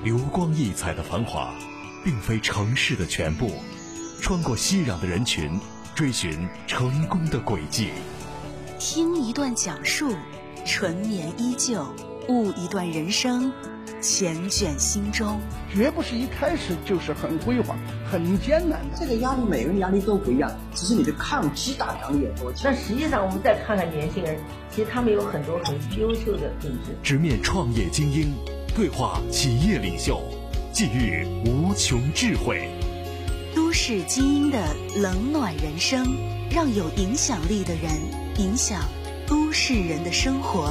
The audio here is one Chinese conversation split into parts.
流光溢彩的繁华，并非城市的全部。穿过熙攘的人群，追寻成功的轨迹。 听一段讲述，纯棉依旧；悟一段人生，缱绻心中。 绝不是一开始就是很辉煌、很艰难的。 这个压力，每个人压力都不一样，只是你的抗击打能力有多强。 但实际上，我们再看看年轻人，其实他们有很多很优秀的品质。 直面创业精英，对话企业领袖，寄予无穷智慧。 都市精英的冷暖人生，让有影响力的人影响都市人的生活。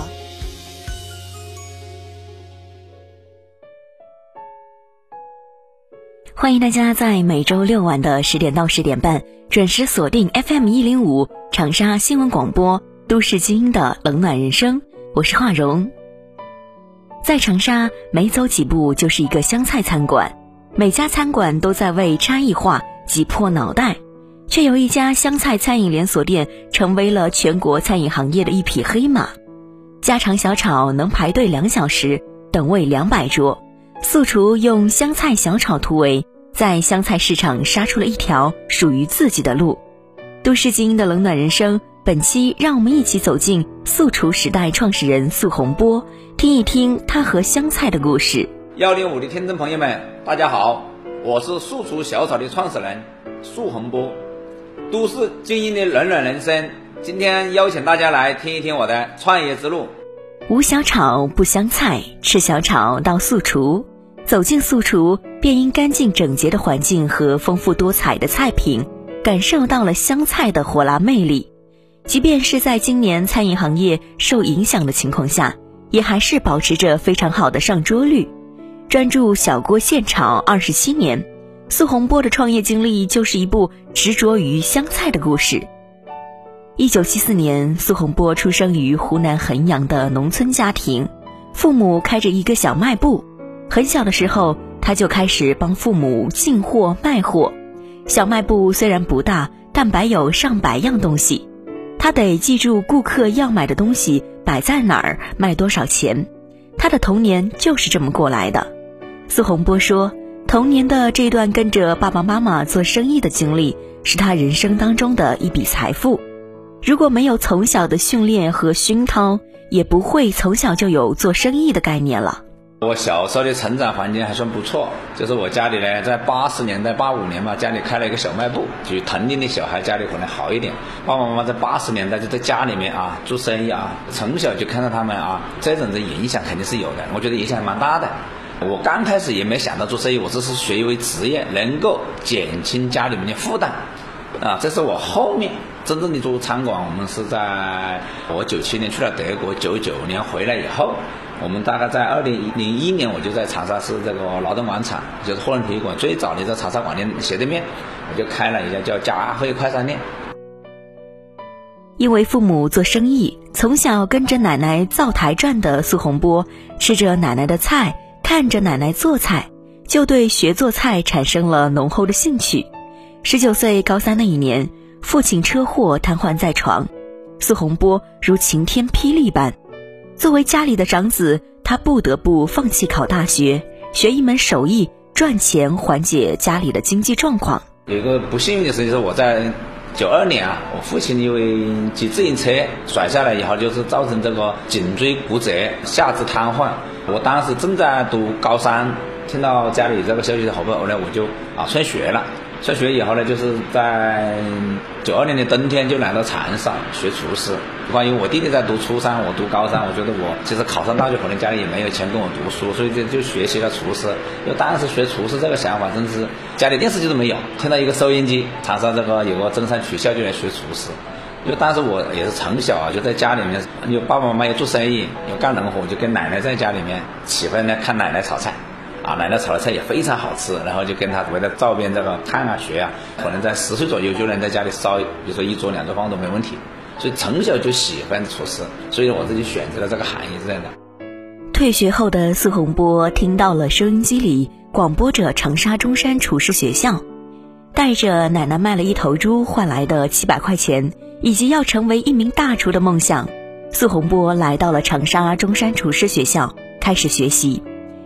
欢迎大家在每周六晚的10点到10点半准时锁定 FM105 长沙新闻广播都市精英的冷暖人生，我是华荣。在长沙，每走几步就是一个湘菜餐馆，每家餐馆都在为差异化挤破脑袋，却有一家湘菜餐饮连锁店成为了全国餐饮行业的一匹黑马。家常小炒能排队2小时，等位200桌。素厨用湘菜小炒突围，在湘菜市场杀出了一条属于自己的路。都市精英的冷暖人生，本期让我们一起走进素厨时代创始人苏洪波，听一听他和湘菜的故事。 105的听众朋友们，大家好，我是素厨小炒的创始人苏洪波。都市精英的冷暖人生，今天邀请大家来听一听我的创业之路。 无小炒不湘菜，吃小炒到素厨。走进素厨，便因干净整洁的环境和丰富多彩的菜品，感受到了湘菜的火辣魅力。即便是在今年餐饮行业受影响的情况下，也还是保持着非常好的上桌率。专注小锅现炒27年，苏洪波的创业经历就是一部执着于湘菜的故事。1974年，苏洪波出生于湖南衡阳的农村家庭，父母开着一个小卖部。很小的时候，他就开始帮父母进货卖货。小卖部虽然不大，但摆有上百样东西，他得记住顾客要买的东西摆在哪儿，卖多少钱。他的童年就是这么过来的。苏洪波说，童年的这段跟着爸爸妈妈做生意的经历，是他人生当中的一笔财富。如果没有从小的训练和熏陶，也不会从小就有做生意的概念了。 我小时候的成长环境还算不错，就是我家里呢，在80年代85年嘛，家里开了一个小卖部，就同龄的小孩家里可能好一点。爸爸妈妈在80年代就在家里面啊做生意啊，从小就看到他们啊，这种的影响肯定是有的，我觉得影响还蛮大的。我刚开始也没想到做生意，我只是学为职业，能够减轻家里面的负担啊，这是我后面真正的做餐馆。我们是在我97年去了德国，99年回来以后，我们大概在2001年我就在长沙市这个劳动广场，就是货轮体育馆最早的在长沙广电斜对面，我就开了一家叫嘉惠快餐店。 因为父母做生意，从小跟着奶奶灶台转的苏洪波，吃着奶奶的菜，看着奶奶做菜，就对学做菜产生了浓厚的兴趣。19岁高3那一年，父亲车祸瘫痪在床，苏洪波如晴天霹雳般。作为家里的长子，他不得不放弃考大学，学一门手艺，赚钱缓解家里的经济状况。 有一个不幸运的事情是，我在92年啊，我父亲因为骑自行车摔下来以后，就是造成这个颈椎骨折、下肢瘫痪。我当时正在读高3，听到家里这个消息后呢，我就辍学了。辍学以后呢，就是在92年的冬天就来到长沙学厨师。关于我弟弟在读初3，我读高3，我觉得我其实考上大学可能家里也没有钱供我读书，所以就学习了厨师。因为当时学厨师这个想法真是家里电视机都没有，听到一个收音机，长沙这个有个中山曲校就来学厨师。因为当时我也是从小啊就在家里面，有爸爸妈妈也做生意，有干农活，我就跟奶奶在家里面起饭呢看奶奶炒菜。奶奶炒的菜也非常好吃，然后就跟他围着灶边这个看啊学啊，可能在10岁左右就能在家里烧，比如说1桌2桌饭都没问题。所以从小就喜欢厨师，所以我自己选择了这个行业是这样的。 退学后的苏洪波听到了收音机里广播着长沙中山厨师学校，带着奶奶卖了1头猪换来的700块钱，以及要成为一名大厨的梦想，苏洪波来到了长沙中山厨师学校开始学习。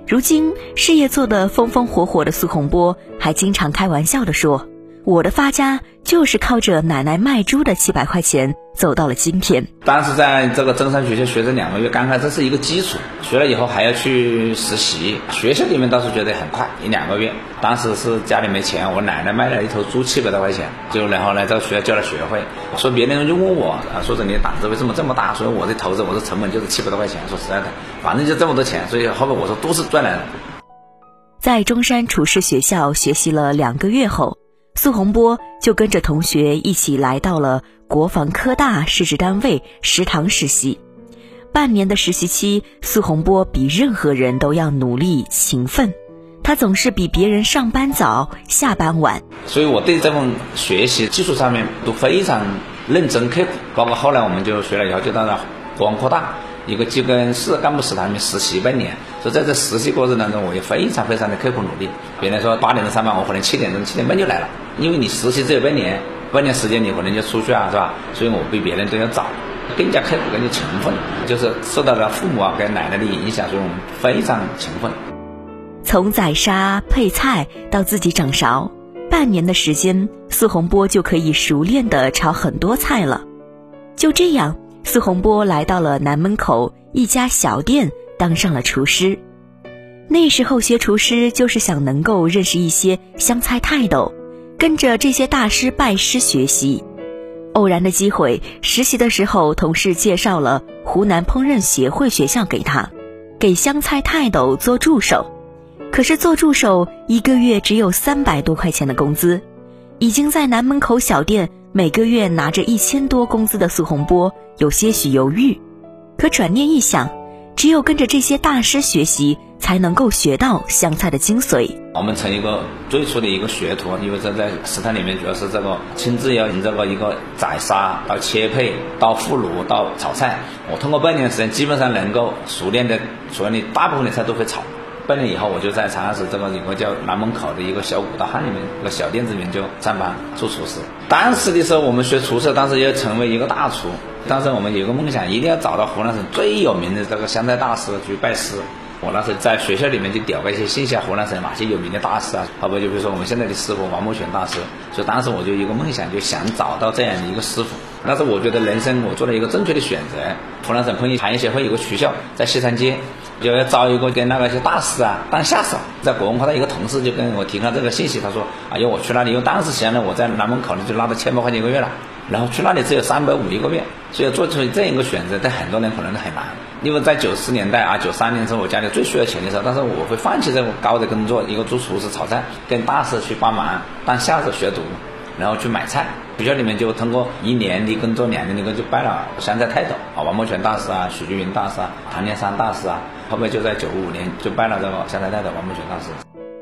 如今事业做得风风火火的苏洪波还经常开玩笑地说，我的发家就是靠着奶奶卖猪的700块钱走到了今天。 当时在这个中山学校学这2个月，刚开始是一个基础，学了以后还要去实习。学校里面倒是觉得很快，1-2个月。当时是家里没钱，我奶奶卖了一头猪700多块钱，然后呢，这个学校交了学费。说别人就问我说是你的胆子为什么这么大？所以我的投资我的成本就是700多块钱。说实在的，反正就这么多钱，所以后面我说都是赚来的。 在中山厨师学校学习了2个月后，苏洪波就跟着同学一起来到了国防科大市直单位食堂实习。半年的实习期，苏洪波比任何人都要努力勤奋，他总是比别人上班早下班晚， 所以我对这份学习技术上面都非常认真刻苦。包括后来我们就学了以后，就到了国防科大一个就跟市干部食堂里面实习半年。所以在这实习过程当中，我也非常非常的刻苦努力。别人说8点钟上班，我可能7点半就来了，因为你实习只有半年时间，你可能就出去啊，是吧？所以我比别人都要早，更加刻苦，更加勤奋。就是受到了父母跟奶奶的影响，所以我们非常勤奋。 从宰杀配菜到自己掌勺，半年的时间，苏洪波就可以熟练地炒很多菜了。就这样，苏洪波来到了南门口一家小店，当上了厨师。那时候学厨师就是想能够认识一些湘菜泰斗，跟着这些大师拜师学习。偶然的机会，实习的时候同事介绍了湖南烹饪协会学校给他，给湘菜泰斗做助手。可是做助手1个月只有300多块钱的工资，已经在南门口小店每个月拿着1000多工资的苏洪波有些许犹豫。可转念一想，只有跟着这些大师学习，才能够学到湘菜的精髓。 我们从一个最初的一个学徒，因为在食堂里面主要是这个亲自要从这个一个宰杀到切配到副炉到炒菜，我通过半年的时间基本上能够熟练的大部分的菜都会炒。半年以后，我就在长安市这个一个叫南门口的一个小古道巷里面一个小店子里面就上班做厨师。当时的时候我们学厨师，当时要成为一个大厨，当时我们有个梦想，一定要找到湖南省最有名的这个湘菜大师去拜师。我那时在学校里面就调过一些信息，湖南省哪些有名的大师啊，好比就比如说我们现在的师傅王木泉大师。所以当时我就有一个梦想，就想找到这样的一个师傅。那时我觉得人生我做了一个正确的选择。湖南省烹饪行业协会有个学校在西山街，就要招一个跟那些大师啊当下手。在国文科的一个同事就跟我提了这个信息，他说因为我去那里，因为当时想呢我在南门口呢就拿到1000多块钱1个月了，然后去那里只有350一个月，所以做出这样一个选择对很多人可能都很难。因为在90年代93年的时候，我家里最需要钱的时候，但是我会放弃这个高的工作，一个做厨师炒菜，跟大师去帮忙当下手学徒，然后去买菜。学校里面就通过1年的工作2年的工作就拜了湘菜泰斗王木泉大师啊、许继云大师啊、唐连山大师啊，后面就在95年就拜了这个湘菜泰斗王木泉大师。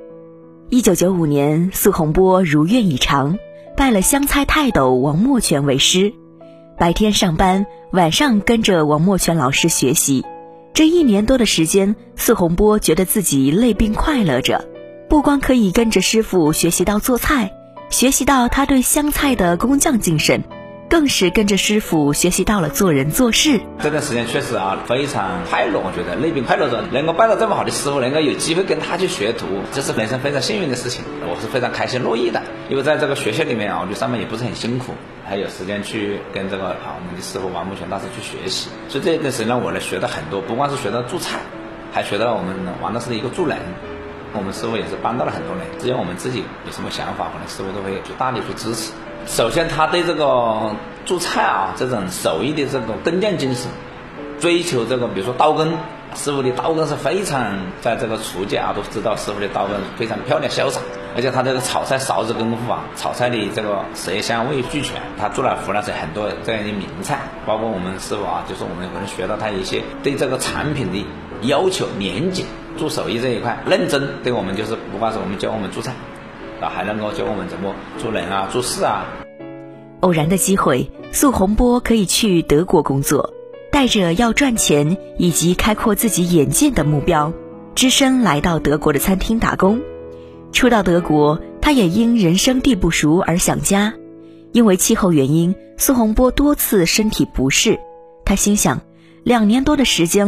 1995年，苏洪波如愿以偿，拜了湘菜泰斗王木泉为师，白天上班，晚上跟着王木泉老师学习。这1年多的时间，苏洪波觉得自己累并快乐着，不光可以跟着师傅学习到做菜，学习到他对湘菜的工匠精神，更是跟着师傅学习到了做人做事。 这段时间确实非常快乐，我觉得累并快乐着，能够拜到这么好的师傅，能够有机会跟他去学徒，这是人生非常幸运的事情，我是非常开心乐意的。因为在这个学校里面我就上班也不是很辛苦，还有时间去跟这个我们的师傅王木泉大师去学习，所以这段时间让我学到很多，不光是学到做菜，还学到我们王大师的一个助人。我们师傅也是帮到了很多人，只要我们自己有什么想法，可能师傅都会去大力去支持。首先他对这个做菜这种手艺的这种工匠精神，追求这个比如说刀工，师傅的刀工是非常，在这个厨界都知道师傅的刀工非常漂亮潇洒，而且他这个炒菜勺子功夫炒菜的这个色香味俱全，他做了湖南省很多这样的名菜。包括我们师傅就是我们可能学到他一些对这个产品的要求严谨，做手艺这一块认真，对我们就是不光是我们教我们做菜，还能够教我们怎么做人做事偶然的机会，苏洪波可以去德国工作，带着要赚钱以及开阔自己眼界的目标，只身来到德国的餐厅打工。初到德国，他也因人生地不熟而想家。因为气候原因，苏洪波多次身体不适，他心想2年多的时间了，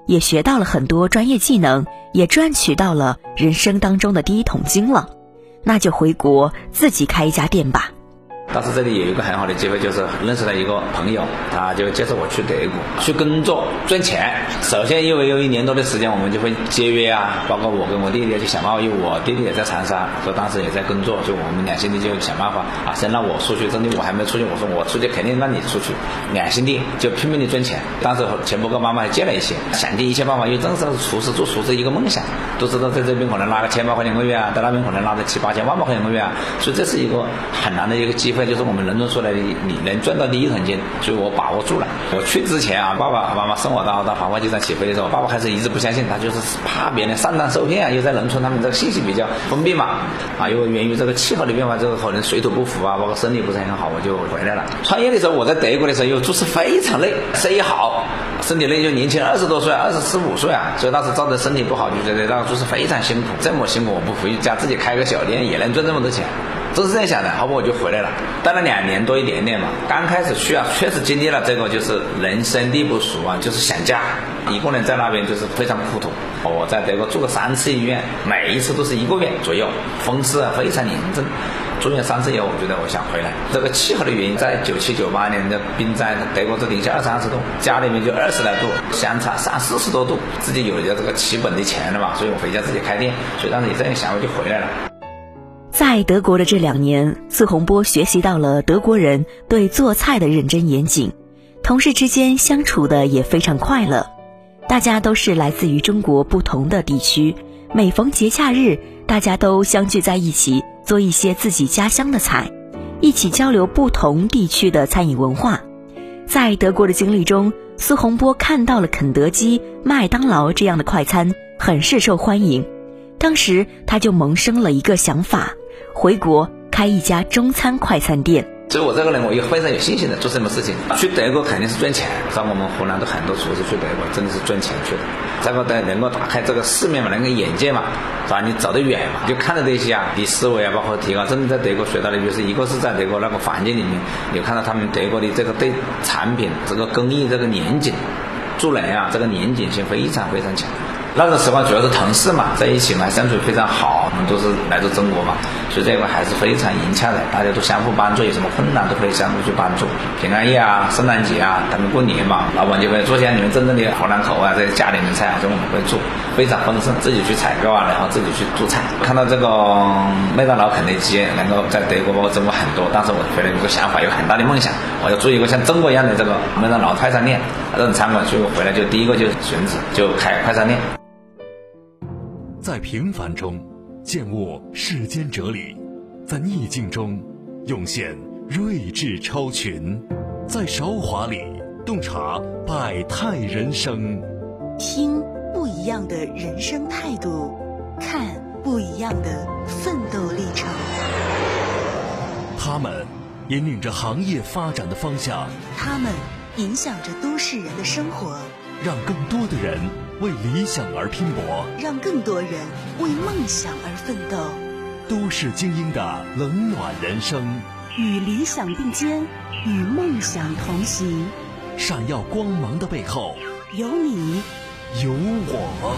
也学到了很多专业技能，也赚取到了人生当中的第一桶金了，那就回国自己开一家店吧。 当时这里有一个很好的机会，就是认识了一个朋友，他就介绍我去德国去工作赚钱。首先因为有1年多的时间，我们就会节约啊，包括我跟我弟弟去想办法，因为我弟弟也在长沙，所以当时也在工作，就我们2兄弟就想办法啊，先让我出去，真的我还没出去，我说我出去肯定让你出去，2兄弟就拼命的赚钱。当时钱不够，妈妈还借了一些，想尽一切办法，因为真是厨师做厨师一个梦想，都知道在这边可能拿个1000把块钱个月啊，在那边可能拿个7、8千万把块钱个月啊，所以这是一个很难的一个机会，就是我们人中出来的你能赚到第一桶金，所以我把握住了。我去之前啊，爸爸妈妈送我到繁华机场起飞的时候，爸爸开始一直不相信，他就是怕别人上当受骗啊，因为在农村他们这个信息比较封闭嘛，啊，因为源于这个气候的变化，这个可能水土不服啊，包括生理不是很好，我就回来了。创业的时候，我在德国的时候，又做事非常累，生意好，身体累，就年轻20多岁，24、25岁啊，所以当时照着身体不好，就觉得那个做事非常辛苦，这么辛苦我不回家自己开个小店也能赚这么多钱。都是这样想的，好不我就回来了，待了2年多一点点嘛。刚开始去啊，确实经历了这个就是人生地不熟啊，就是想家，一个人在那边就是非常苦痛。我在德国住了3次医院，每一次都是1个月左右，风湿啊非常严重。住院3次以后，我觉得我想回来。这个气候的原因，在97、98年的冰灾，德国这零下20、30度，家里面就20来度，相差30、40多度，自己有了这个起本的钱了嘛，所以我回家自己开店，所以当时也这样想，我就回来了。 在德国的这2年，苏洪波学习到了德国人对做菜的认真严谨，同事之间相处的也非常快乐。大家都是来自于中国不同的地区，每逢节假日，大家都相聚在一起，做一些自己家乡的菜，一起交流不同地区的餐饮文化。在德国的经历中，苏洪波看到了肯德基、麦当劳这样的快餐很是受欢迎，当时他就萌生了一个想法，回国开一家中餐快餐店。 所以我这个人我也非常有信心的做什么事情，去德国肯定是赚钱，像我们湖南的很多厨师去德国真的是赚钱去的，这个能够打开这个世面嘛，能够眼界嘛，是吧？你走得远嘛，就看到这些啊，你思维啊，包括提高。真的在德国学到的就是一个是在德国那个环境里面，你看到他们德国的这个对产品这个工艺这个严谨，做人啊这个严谨性非常非常强。那种时候主要是同事嘛，在一起嘛，相处非常好，我们都是来自中国嘛，所以这个还是非常融洽的，大家都相互帮助，有什么困难都可以相互去帮助。平安夜啊、圣诞节啊，他们过年嘛，老板就会做些你们真正的湖南口啊，在家里面菜啊，就我们会做，非常丰盛，自己去采购啊，然后自己去做菜。看到这个麦当劳、肯德基能够在德国包括中国很多，当时我觉得有个想法，有很大的梦想，我要做一个像中国一样的这个麦当劳快餐店这种餐馆，所以我回来就第一个就选址就开快餐店。 在平凡中见悟世间哲理，在逆境中涌现睿智超群，在韶华里洞察百态人生， 听不一样的人生态度，看不一样的奋斗历程。 他们引领着行业发展的方向， 他们影响着都市人的生活， 让更多的人为理想而拼搏， 让更多人为梦想而奋斗。 都市精英的冷暖人生， 与理想并肩，与梦想同行。 闪耀光芒的背后， 有你， 有我。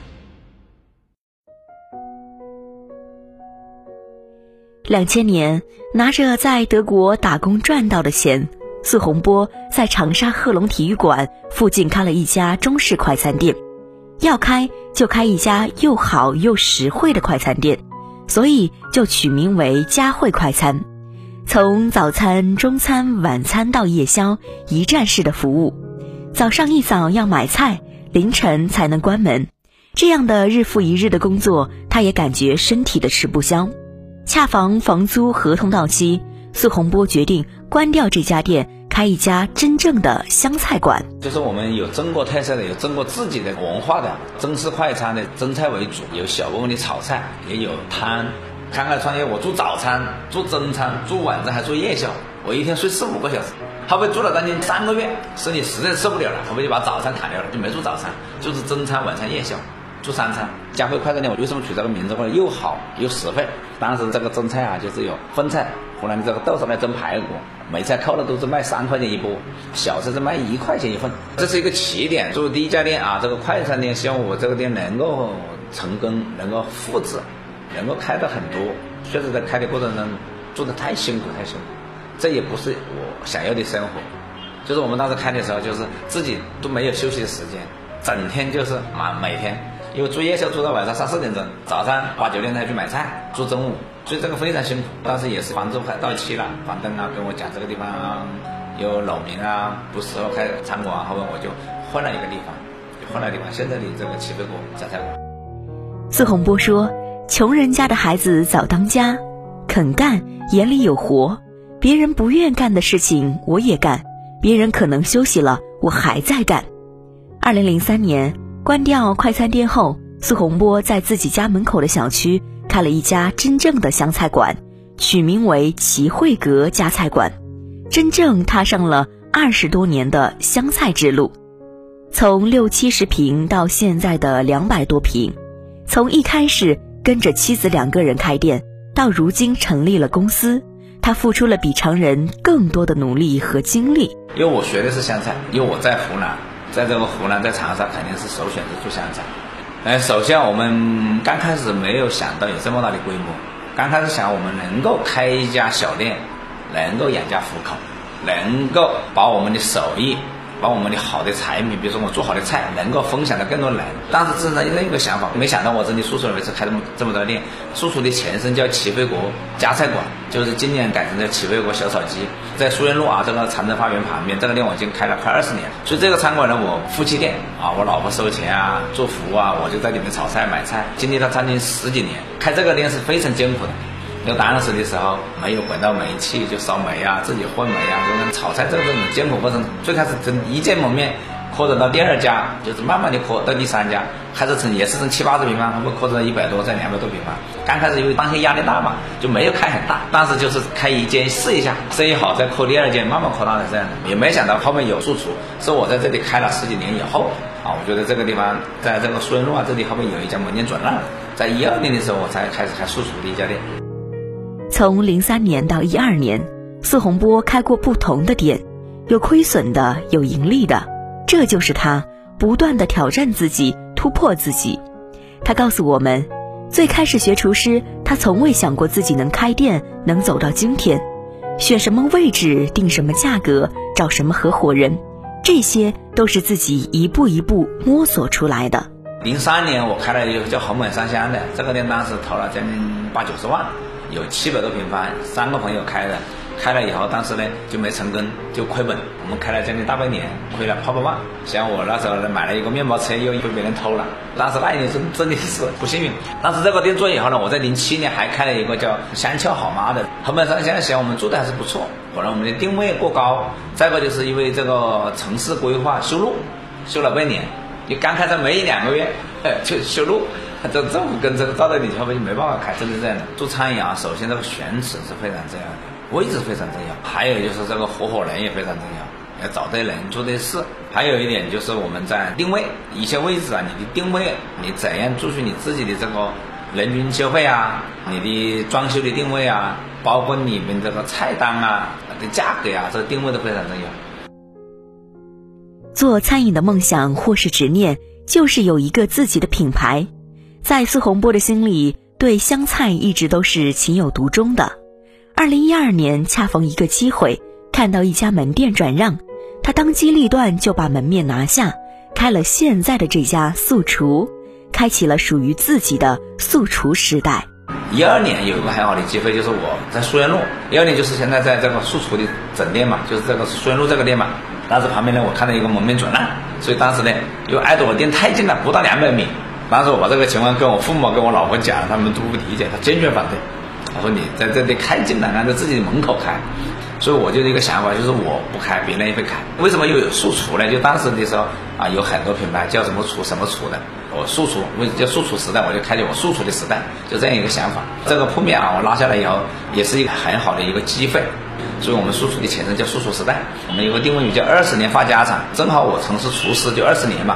2000年，拿着在德国打工赚到的钱，苏洪波在长沙贺龙体育馆附近开了一家中式快餐店。要开就开一家又好又实惠的快餐店，所以就取名为佳慧快餐。从早餐、中餐、晚餐到夜宵，一站式的服务。早上一早要买菜，凌晨才能关门。这样的日复一日的工作，他也感觉身体的吃不消。恰逢房租合同到期，苏洪波决定关掉这家店，开一家真正的湘菜馆。 就是我们有中国特色的，有中国自己的文化的中式快餐的中菜为主，有小部分的炒菜，也有汤。刚开始创业，我做早餐、做中餐、做晚餐，还做夜宵，我一天睡4、5个小时。后面做了将近3个月，身体实在受不了了，后面就把早餐砍掉了，就没做早餐，就是中餐、晚餐、夜宵。 做三餐。嘉惠快餐店为什么取这个名字？又好又实惠。当时这个蒸菜啊，就是有分菜，湖南的这个豆沙来蒸排骨，梅菜扣了都是卖3块钱一波，小菜是卖1块钱一份。这是一个起点。作为第一家店啊，这个快餐店，希望我这个店能够成功，能够复制，能够开的很多。确实在开的过程中做的太辛苦，这也不是我想要的生活。就是我们当时开的时候，就是自己都没有休息的时间，整天就是每天，因为做夜校做到晚上3、4点钟，早上8、9点才去买菜，做中午，所以这个非常辛苦。当时也是房租快到期了，房东啊跟我讲这个地方有扰民啊，不适合开餐馆，后面我就换了一个地方，现在的这个齐飞国家菜馆。 司洪波说，穷人家的孩子早当家，肯干，眼里有活，别人不愿干的事情我也干，别人可能休息了，我还在干。2003年关掉快餐店后，司洪波在自己家门口的小区开了一家真正的湘菜馆，取名为齐惠阁家菜馆，真正踏上了20多年的湘菜之路。从60、70平到现在的200多平，从一开始跟着妻子2个人开店，到如今成立了公司，他付出了比常人更多的努力和精力。 因为我学的是湘菜，因为我在湖南，在这个湖南在长沙肯定是首选是做湘菜。首先我们刚开始没有想到有这么大的规模，刚开始想我们能够开一家小店，能够养家糊口，能够把我们的手艺，把我们的好的产品，比如说我做好的菜能够分享到更多人。当时真的有一个想法，没想到我真的叔叔儿子开这么多店。叔叔的前身叫齐飞国家菜馆，就是今年改成叫齐飞国小炒鸡，在书院路这个长城花园旁边，这个店我已经开了快20年。所以这个餐馆呢，我夫妻店我老婆收钱做服务我就在里面炒菜买菜，经历了将近10几年。开这个店是非常艰苦的。因为当时的时候没有滚到煤气，就烧煤自己混煤炒菜这种艰苦过程，最开始从1间门面扩展到第2家，就是慢慢的扩到第3家，开始也是从70、80平方，后面扩展到100多，再200多平方。刚开始因为当时压力大嘛，就没有开很大，当时就是开1间试一下，生意好再扩第2间，慢慢扩大的这样的。也没想到后面有素厨，是我在这里开了10几年以后我觉得这个地方在这个书院路这里后面有一家门店转让了，在12年的时候我才开始开素厨的一家店。 从03年到12年，司洪波开过不同的店，有亏损的，有盈利的，这就是他不断的挑战自己，突破自己。他告诉我们，最开始学厨师，他从未想过自己能开店，能走到今天。选什么位置，定什么价格，找什么合伙人，这些都是自己一步一步摸索出来的。 03年我开了一个叫红门三香的，这个店当时投了将近80、90万，有700多平方，3个朋友开的。开了以后当时呢就没成功，就亏本。我们开了将近大半年，亏了800万。像我那时候呢买了一个面包车，又被别人偷了。当时那一年真的是不幸运。当时这个店做以后呢，我在07年还开了一个叫香俏好妈的红门三香，想我们做的还是不错，后来我们的定位过高，再一个就是因为这个城市规划修路，修了半年，你刚开始没1、2个月就修路，这政府跟这个照到你后面就没办法开，真的是这样的。做餐饮首先这个选址是非常重要的，位置非常重要，还有就是这个合伙人也非常重要，要找对人做对事。还有一点就是我们在定位一些位置你的定位，你怎样做出你自己的这个人均消费你的装修的定位包括你们这个菜单的价格这个定位都非常重要。 做餐饮的梦想或是执念，就是有一个自己的品牌。在司洪波的心里，对湘菜一直都是情有独钟的。2012年恰逢一个机会，看到一家门店转让，他当机立断就把门面拿下，开了现在的这家素厨，开启了属于自己的素厨时代。 12年有一个很好的机会，就是我在书院路，12年就是现在在这个素厨的整店嘛，就是这个书院路这个店嘛。当时旁边呢我看到一个门面转让，所以当时呢因为挨着我店太近了，不到200米。当时我把这个情况跟我父母跟我老婆讲，他们都不理解，他坚决反对。我说你在这里开近了，按照自己的门口开。所以我就一个想法，就是我不开，别人也会开。为什么又有素厨呢？就当时的时候有很多品牌叫什么厨什么厨的，我素厨，为叫素厨时代，我就开启我素厨的时代，就这样一个想法。这个铺面我拉下来以后，也是一个很好的一个机会。所以我们素厨的前身叫素厨时代，我们有个定位语叫20年发家常，正好我从事厨师就20年嘛。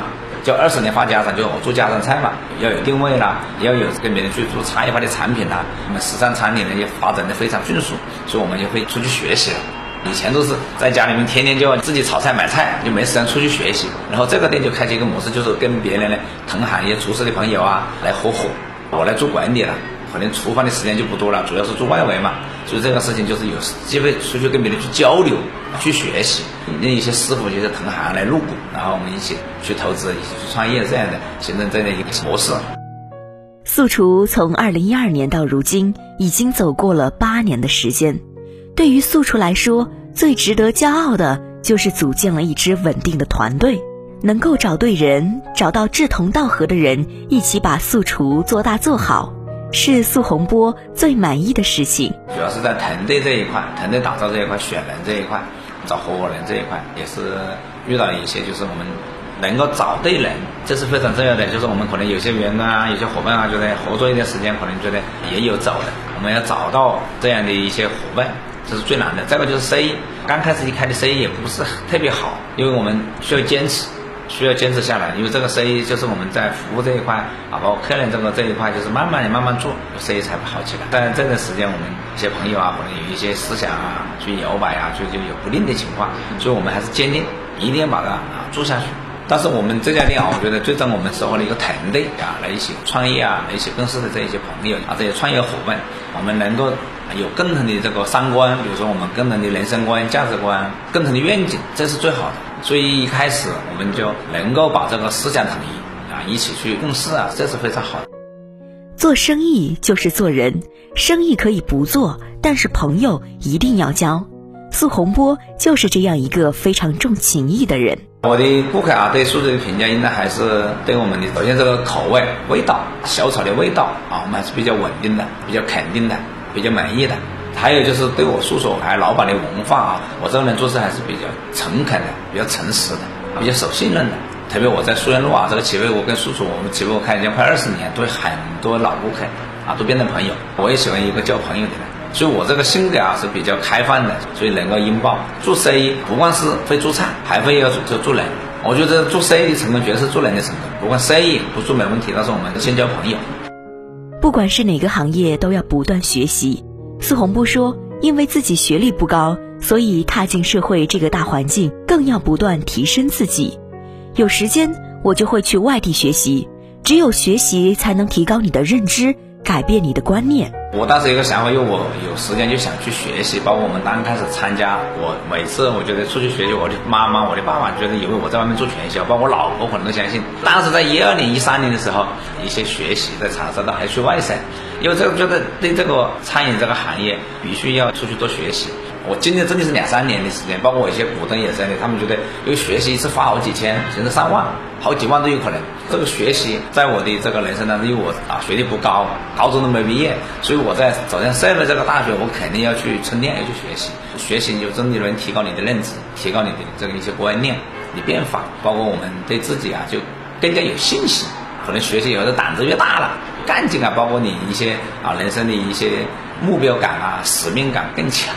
就20年发家常，就是我做家常菜嘛，要有定位啦，要有跟别人去做差异化的产品啦。我们时尚餐饮呢也发展的非常迅速，所以我们就会出去学习了。以前都是在家里面天天就要自己炒菜买菜，就没时间出去学习。然后这个店就开启一个模式，就是跟别人呢同行业厨师的朋友啊来合伙，我来做管理了，可能厨房的时间就不多了，主要是做外围嘛。所以这个事情就是有机会出去跟别人去交流、去学习，引进一些师傅、一些同行来入股，然后我们一起去投资、一起去创业，这样的形成这样的一个模式。 素厨从2012年到如今，已经走过了8年的时间。对于素厨来说，最值得骄傲的就是组建了一支稳定的团队，能够找对人，找到志同道合的人，一起把素厨做大做好，是苏洪波最满意的事情。 主要是在团队这一块，团队打造这一块，选人这一块，找合伙人这一块，也是遇到了一些就是我们能够找对人，这是非常重要的。就是我们可能有些员工啊，有些伙伴啊，觉得合作一段时间，可能觉得也有走的，我们要找到这样的一些伙伴，这是最难的。再一个就是生意，刚开始一开的生意也不是特别好，因为我们需要坚持下来，因为这个生意就是我们在服务这一块啊，包括客人这一块，就是慢慢做，生意才会好起来。但这段时间我们一些朋友啊，可能有一些思想啊去摇摆啊，就有不定的情况，所以我们还是坚定一定要把它做下去。但是我们这家店啊，我觉得最终我们收获了一个团队啊，来一起创业啊，来一起共事的这一些朋友啊，这些创业伙伴，我们能够有共同的这个三观，比如说我们共同的人生观、价值观、共同的愿景，这是最好的。所以一开始我们就能够把这个思想统一啊，一起去共事啊，这是非常好的。 做生意就是做人，生意可以不做，但是朋友一定要交。苏洪波就是这样一个非常重情义的人。 我的顾客啊，对素厨的评价应该还是对我们的首先这个口味、味道、小炒的味道啊，我们还是比较稳定的、比较肯定的、比较满意的。还有就是对我素厨还有老板的文化啊，我这个人做事还是比较诚恳的、比较诚实的、比较守信任的。特别我在苏源路啊这个企业，我跟素厨我们企业我开已经快20年，对很多老顾客啊都变成朋友。我也喜欢一个交朋友的人。所以我这个性格啊是比较开放的，所以能够拥抱做生意，不光是会做菜，还会要做人。我觉得做生意的成功绝对是做人的成功。不过生意不做没问题，但是我们先交朋友。 不管是哪个行业，都要不断学习。苏洪波说，因为自己学历不高，所以踏进社会这个大环境，更要不断提升自己。有时间我就会去外地学习，只有学习才能提高你的认知，改变你的观念。 我当时有个想法，因为我有时间就想去学习，包括我们刚开始参加，我每次我觉得出去学习，我的妈妈、我的爸爸觉得以为我在外面做传销，包括我老婆可能都相信。当时在12年、13年的时候，一些学习在长沙的还去外省，因为这个觉得对这个餐饮这个行业必须要出去多学习。我今年真的是2-3年的时间，包括我一些股东也是的，他们觉得因为学习一次花好几千，甚至上万、好几万都有可能。这个学习在我的这个人生当中，因为我学历不高，高中都没毕业，所以我在走向社会这个大学，我肯定要去沉淀，要去学习。学习就真的能提高你的认知，提高你的这个一些观念、你的变法，包括我们对自己啊就更加有信心。可能学习以后的胆子越大了，干劲啊，包括你一些人生的一些目标感啊、使命感更强。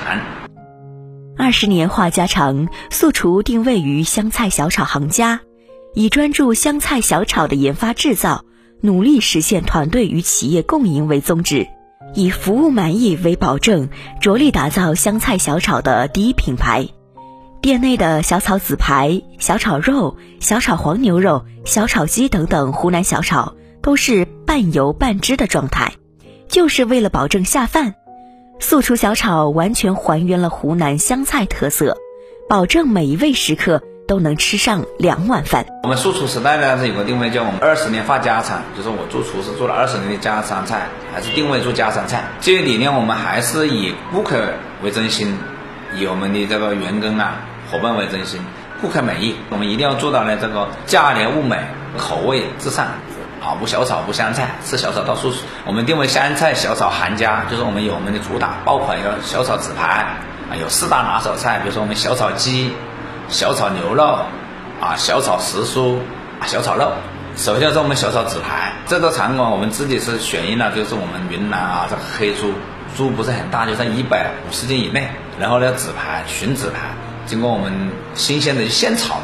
20年话家常，素厨定位于湘菜小炒行家，以专注湘菜小炒的研发制造，努力实现团队与企业共赢为宗旨，以服务满意为保证，着力打造湘菜小炒的第一品牌。店内的小炒紫排、小炒肉、小炒黄牛肉、小炒鸡等等湖南小炒都是半油半汁的状态，就是为了保证下饭。素厨小炒完全还原了湖南湘菜特色，保证每一位食客都能吃上2碗饭。 我们素厨时代呢是有个定位叫我们20年发家常，就是我做厨师做了20年的家常菜，还是定位做家常菜。这些理念我们还是以顾客为中心，以我们的这个员工啊、伙伴为中心，顾客满意，我们一定要做到呢这个价廉物美、口味至上。不小炒不湘菜，吃小炒到素厨。我们定为湘菜小炒行家，就是我们有我们的主打爆款，有小炒紫排有4大拿手菜，比如说我们小炒鸡、小炒牛肉小炒时蔬小炒肉。首先是我们小炒紫排，这个场馆我们自己是选用了，就是我们云南这个黑猪不是很大，就在150斤以内。然后呢，紫排、纯紫排，经过我们新鲜的现炒嘛，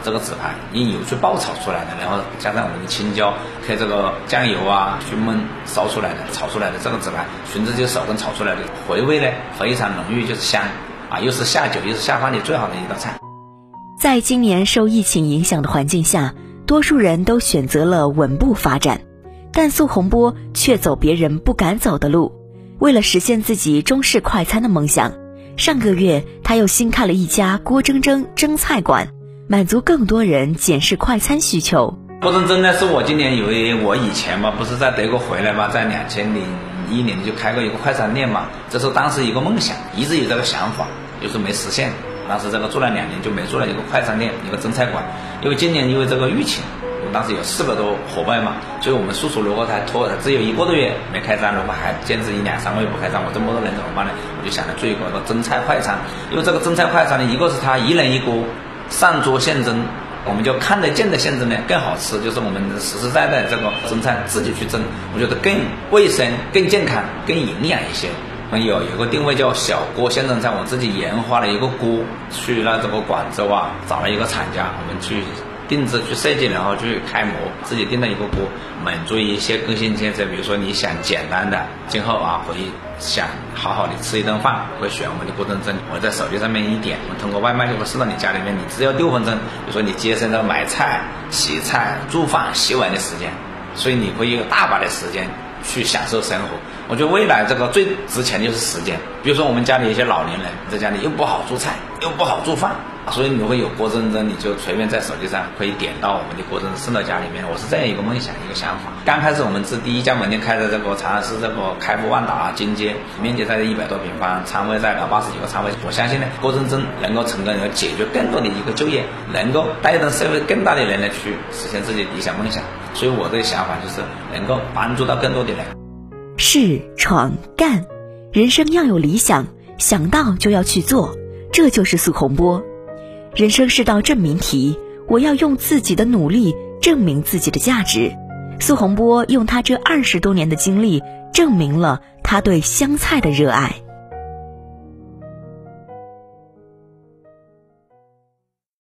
这个纸牌用油去爆炒出来的，然后加上我们的青椒和这个酱油啊去焖烧出来的、炒出来的这个纸牌，循着这手工炒出来的，回味呢非常浓郁，就是香啊，又是下酒又是下饭的最好的一道菜。 在今年受疫情影响的环境下，多数人都选择了稳步发展，但苏洪波却走别人不敢走的路。为了实现自己中式快餐的梦想，上个月他又新开了一家郭铮铮蒸菜馆，满足更多人简式快餐需求。 郭铮铮呢是我今年因为我以前嘛不是在德国回来嘛，在2001年就开过一个快餐店嘛，这是当时一个梦想，一直有这个想法，就是没实现。当时这个做了2年就没做了一个快餐店，一个蒸菜馆。因为今年因为这个疫情，我当时有400多伙伴嘛，所以我们宿厨如果他只有1个多月没开张，如果还坚持1、2、3个月不开张，我这么多人怎么办呢？我就想着做一个蒸菜快餐。因为这个蒸菜快餐呢，一个是它一人一锅，上桌现蒸，我们就看得见的现蒸呢更好吃，就是我们实实在在这个蒸菜自己去蒸，我觉得更卫生、更健康、更营养一些。有个定位叫小锅现蒸菜，我自己研发了一个锅，去了这个广州啊，找了一个厂家，我们去定制去设计，然后去开模，自己定了一个锅，满足一些更新建设。比如说你想简单的，今后啊回想好好的吃一顿饭，会选我们的郭铮铮，我在手机上面一点，我们通过外卖就会送到你家里面，你只要6分钟，比如说你节省了买菜、洗菜、做饭、洗碗的时间，所以你会有大把的时间去享受生活。我觉得未来这个最值钱的就是时间。比如说我们家里一些老年人在家里又不好做菜又不好做饭，所以你会有郭铮铮，你就随便在手机上可以点到我们的郭铮铮送到家里面。我是这样一个梦想一个想法。刚开始我们是第一家门店开在这个长安市这个开福万达金街，面积在100多平方，仓位在80几个仓位。我相信呢，郭铮铮能够成功，能够解决更多的一个就业，能够带动社会更大的人来去实现自己的理想梦想。所以我的想法就是能够帮助到更多的人。 试闯干，人生要有理想，想到就要去做，这就是苏洪波。人生是道证明题，我要用自己的努力证明自己的价值。苏洪波用他这20多年的经历，证明了他对湘菜的热爱。